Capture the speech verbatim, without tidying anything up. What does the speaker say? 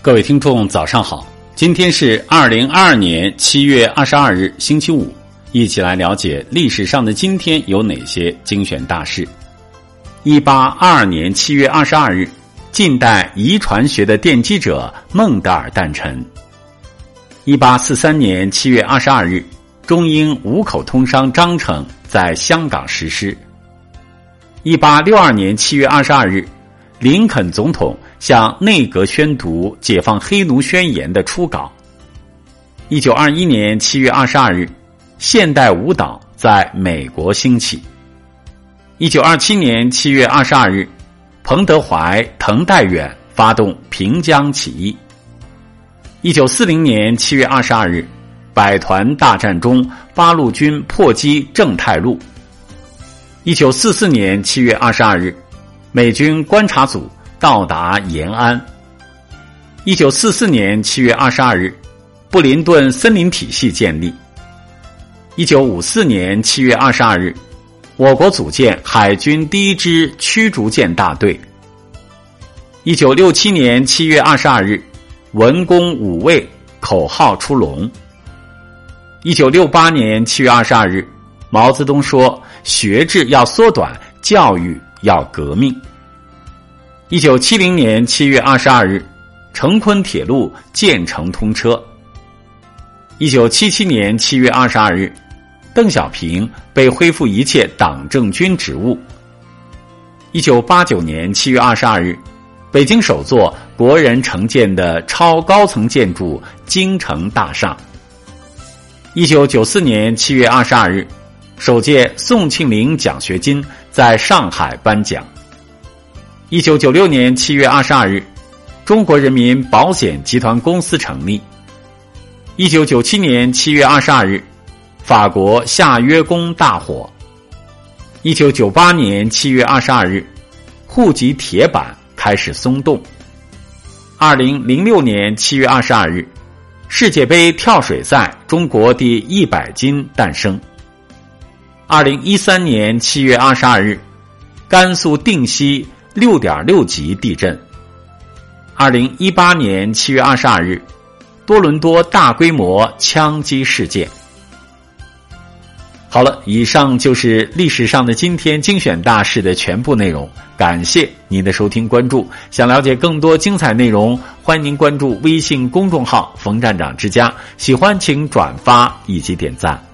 各位听众早上好，今天是二零二二年七月二十二日星期五，一起来了解历史上的今天有哪些精选大事。一八二二年七月二十二日，近代遗传学的奠基者孟德尔诞辰。一八四三年七月二十二日，中英五口通商章程在香港实施。一八六二年七月二十二日，林肯总统向内阁宣读解放黑奴宣言的初稿。一九二一年七月二十二日，现代舞蹈在美国兴起。一九二七年七月二十二日，彭德怀、滕代远发动平江起义。一九四零年七月二十二日，百团大战中，八路军破击正太路。一九四四年七月二十二日，美军观察组到达延安。一九四四年七月二十二日，布林顿森林体系建立。一九五四年七月二十二日，我国组建海军第一支驱逐舰大队。一九六七年七月二十二日，文攻武卫，口号出笼。一九六八年七月二十二日，毛泽东说学制要缩短，教育要革命。一九七零年七月二十二日，成昆铁路建成通车。一九七七年七月二十二日，邓小平被恢复一切党政军职务。一九八九年七月二十二日，北京首座国人承建的超高层建筑京城大厦。一九九四年七月二十二日，首届宋庆龄奖学金在上海颁奖。一九九六年七月二十二日，中国人民保险集团公司成立。一九九七年七月二十二日，法国夏约宫大火。一九九八年七月二十二日，户籍铁板开始松动。二零零六年七月二十二日，世界杯跳水赛中国第一百金诞生。二零一三年七月二十二日，甘肃定西六点六级地震。二零一八年七月二十二日，多伦多大规模枪击事件。好了，以上就是历史上的今天精选大事的全部内容，感谢您的收听关注。想了解更多精彩内容，欢迎您关注微信公众号冯站长之家，喜欢请转发以及点赞。